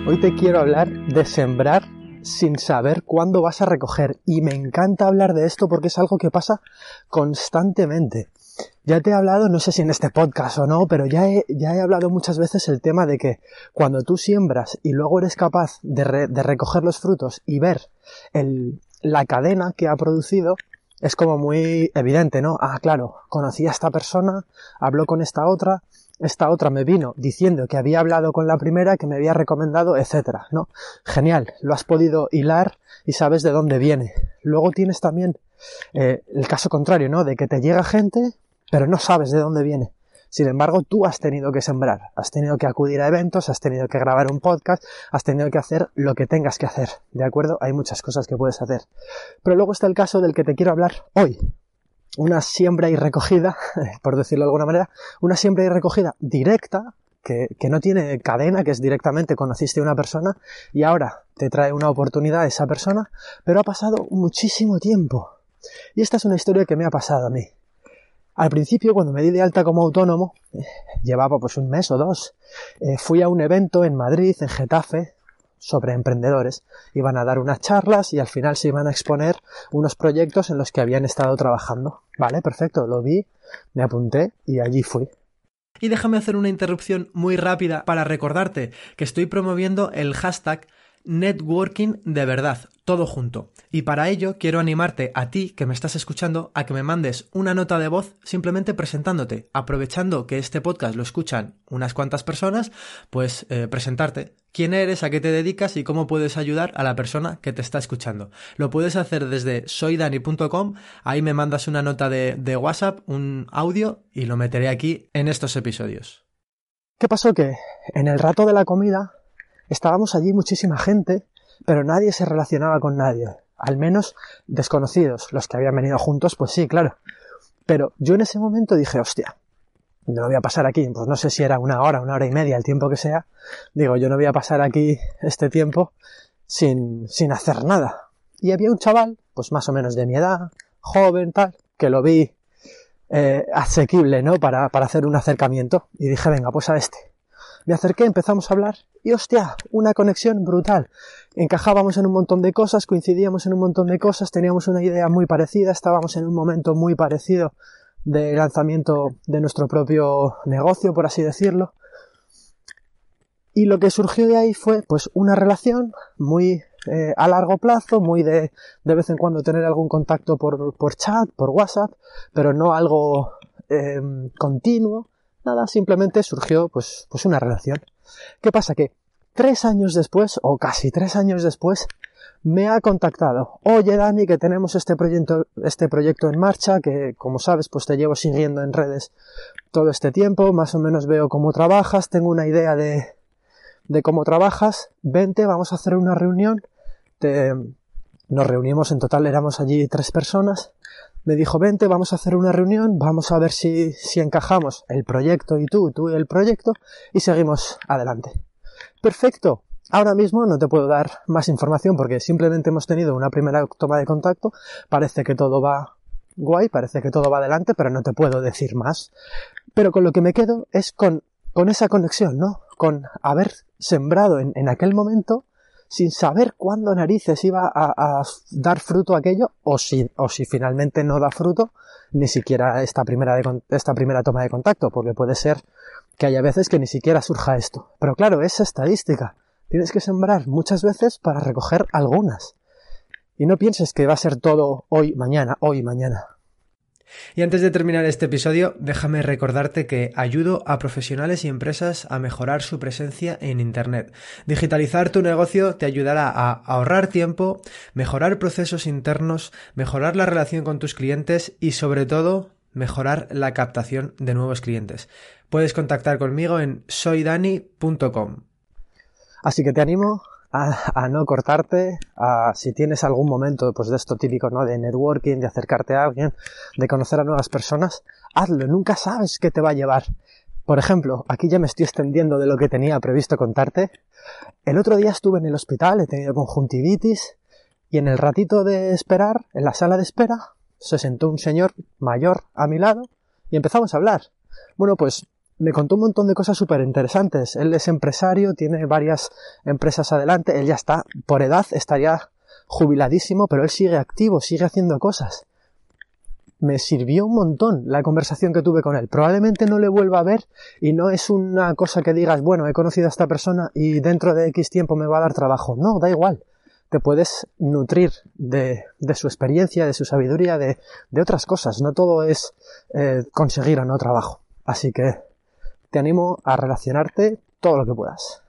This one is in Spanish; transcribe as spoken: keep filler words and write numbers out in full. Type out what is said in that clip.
Hoy te quiero hablar de sembrar sin saber cuándo vas a recoger. Y me encanta hablar de esto porque es algo que pasa constantemente. Ya te he hablado, no sé si en este podcast o no, pero ya he, ya he hablado muchas veces el tema de que cuando tú siembras y luego eres capaz de, re, de recoger los frutos y ver el, la cadena que ha producido, es como muy evidente, ¿no? Ah, claro, conocí a esta persona, habló con esta otra, esta otra me vino diciendo que había hablado con la primera, que me había recomendado, etcétera, ¿no? Genial, lo has podido hilar y sabes de dónde viene. Luego tienes también eh, el caso contrario, ¿no? De que te llega gente, pero no sabes de dónde viene. Sin embargo, tú has tenido que sembrar, has tenido que acudir a eventos, has tenido que grabar un podcast, has tenido que hacer lo que tengas que hacer, ¿de acuerdo? Hay muchas cosas que puedes hacer. Pero luego está el caso del que te quiero hablar hoy. Una siembra y recogida, por decirlo de alguna manera, una siembra y recogida directa, que, que no tiene cadena, que es directamente conociste a una persona y ahora te trae una oportunidad esa persona, pero ha pasado muchísimo tiempo. Y esta es una historia que me ha pasado a mí. Al principio, cuando me di de alta como autónomo, eh, llevaba pues un mes o dos, eh, fui a un evento en Madrid, en Getafe, sobre emprendedores. Iban a dar unas charlas y al final se iban a exponer unos proyectos en los que habían estado trabajando. Vale, perfecto, lo vi, me apunté y allí fui. Y déjame hacer una interrupción muy rápida para recordarte que estoy promoviendo el hashtag Networking de verdad, todo junto. Y para ello quiero animarte a ti que me estás escuchando a que me mandes una nota de voz simplemente presentándote, aprovechando que este podcast lo escuchan unas cuantas personas, pues eh, presentarte. ¿Quién eres? ¿A qué te dedicas? ¿Y cómo puedes ayudar a la persona que te está escuchando? Lo puedes hacer desde soy dani punto com, ahí me mandas una nota de, de WhatsApp, un audio y lo meteré aquí en estos episodios. ¿Qué pasó? Que en el rato de la comida estábamos allí muchísima gente, pero nadie se relacionaba con nadie. Al menos desconocidos. Los que habían venido juntos, pues sí, claro. Pero yo en ese momento dije, hostia, yo no voy a pasar aquí, pues no sé si era una hora, una hora y media, el tiempo que sea. Digo, yo no voy a pasar aquí este tiempo sin, sin hacer nada. Y había un chaval, pues más o menos de mi edad, joven, tal, que lo vi eh, asequible, ¿no? Para, para hacer un acercamiento. Y dije, venga, pues a este. Me acerqué, empezamos a hablar y hostia, una conexión brutal. Encajábamos en un montón de cosas, coincidíamos en un montón de cosas, teníamos una idea muy parecida, estábamos en un momento muy parecido de lanzamiento de nuestro propio negocio, por así decirlo. Y lo que surgió de ahí fue pues una relación muy eh, a largo plazo, muy de de vez en cuando tener algún contacto por, por chat, por WhatsApp, pero no algo eh, continuo. Nada, simplemente surgió pues, pues una relación. ¿Qué pasa? Que tres años después, o casi tres años después, me ha contactado. Oye, Dani, que tenemos este proyecto, este proyecto en marcha, que como sabes, pues te llevo siguiendo en redes todo este tiempo, más o menos veo cómo trabajas, tengo una idea de, de cómo trabajas, vente, vamos a hacer una reunión. Te, nos reunimos, en total éramos allí tres personas. Me dijo, vente, vamos a hacer una reunión, vamos a ver si, si encajamos el proyecto y tú, tú y el proyecto, y seguimos adelante. Perfecto. Ahora mismo no te puedo dar más información porque simplemente hemos tenido una primera toma de contacto, parece que todo va guay, parece que todo va adelante, pero no te puedo decir más. Pero con lo que me quedo es con, con esa conexión, ¿no? Con haber sembrado en, en aquel momento sin saber cuándo narices iba a, a dar fruto aquello, o si, o si finalmente no da fruto, ni siquiera esta primera, de, esta primera toma de contacto, porque puede ser que haya veces que ni siquiera surja esto. Pero claro, es estadística. Tienes que sembrar muchas veces para recoger algunas. Y no pienses que va a ser todo hoy, mañana, hoy, mañana. Y antes de terminar este episodio, déjame recordarte que ayudo a profesionales y empresas a mejorar su presencia en Internet. Digitalizar tu negocio te ayudará a ahorrar tiempo, mejorar procesos internos, mejorar la relación con tus clientes y, sobre todo, mejorar la captación de nuevos clientes. Puedes contactar conmigo en soy dani punto com. Así que te animo a, a no cortarte, a si tienes algún momento pues de esto típico, ¿no? De networking, de acercarte a alguien, de conocer a nuevas personas, hazlo, nunca sabes qué te va a llevar. Por ejemplo, aquí ya me estoy extendiendo de lo que tenía previsto contarte. El otro día estuve en el hospital, he tenido conjuntivitis, y en el ratito de esperar, en la sala de espera, se sentó un señor mayor a mi lado y empezamos a hablar. Bueno, pues me contó un montón de cosas súper interesantes. Él es empresario, tiene varias empresas adelante, él ya está, por edad estaría jubiladísimo, pero él sigue activo, sigue haciendo cosas. Me sirvió un montón la conversación que tuve con él. Probablemente no le vuelva a ver y no es una cosa que digas, bueno, he conocido a esta persona y dentro de X tiempo me va a dar trabajo. No, da igual. Te puedes nutrir de, de su experiencia, de su sabiduría, de, de otras cosas. No todo es eh, conseguir o no trabajo. Así que te animo a relacionarte todo lo que puedas.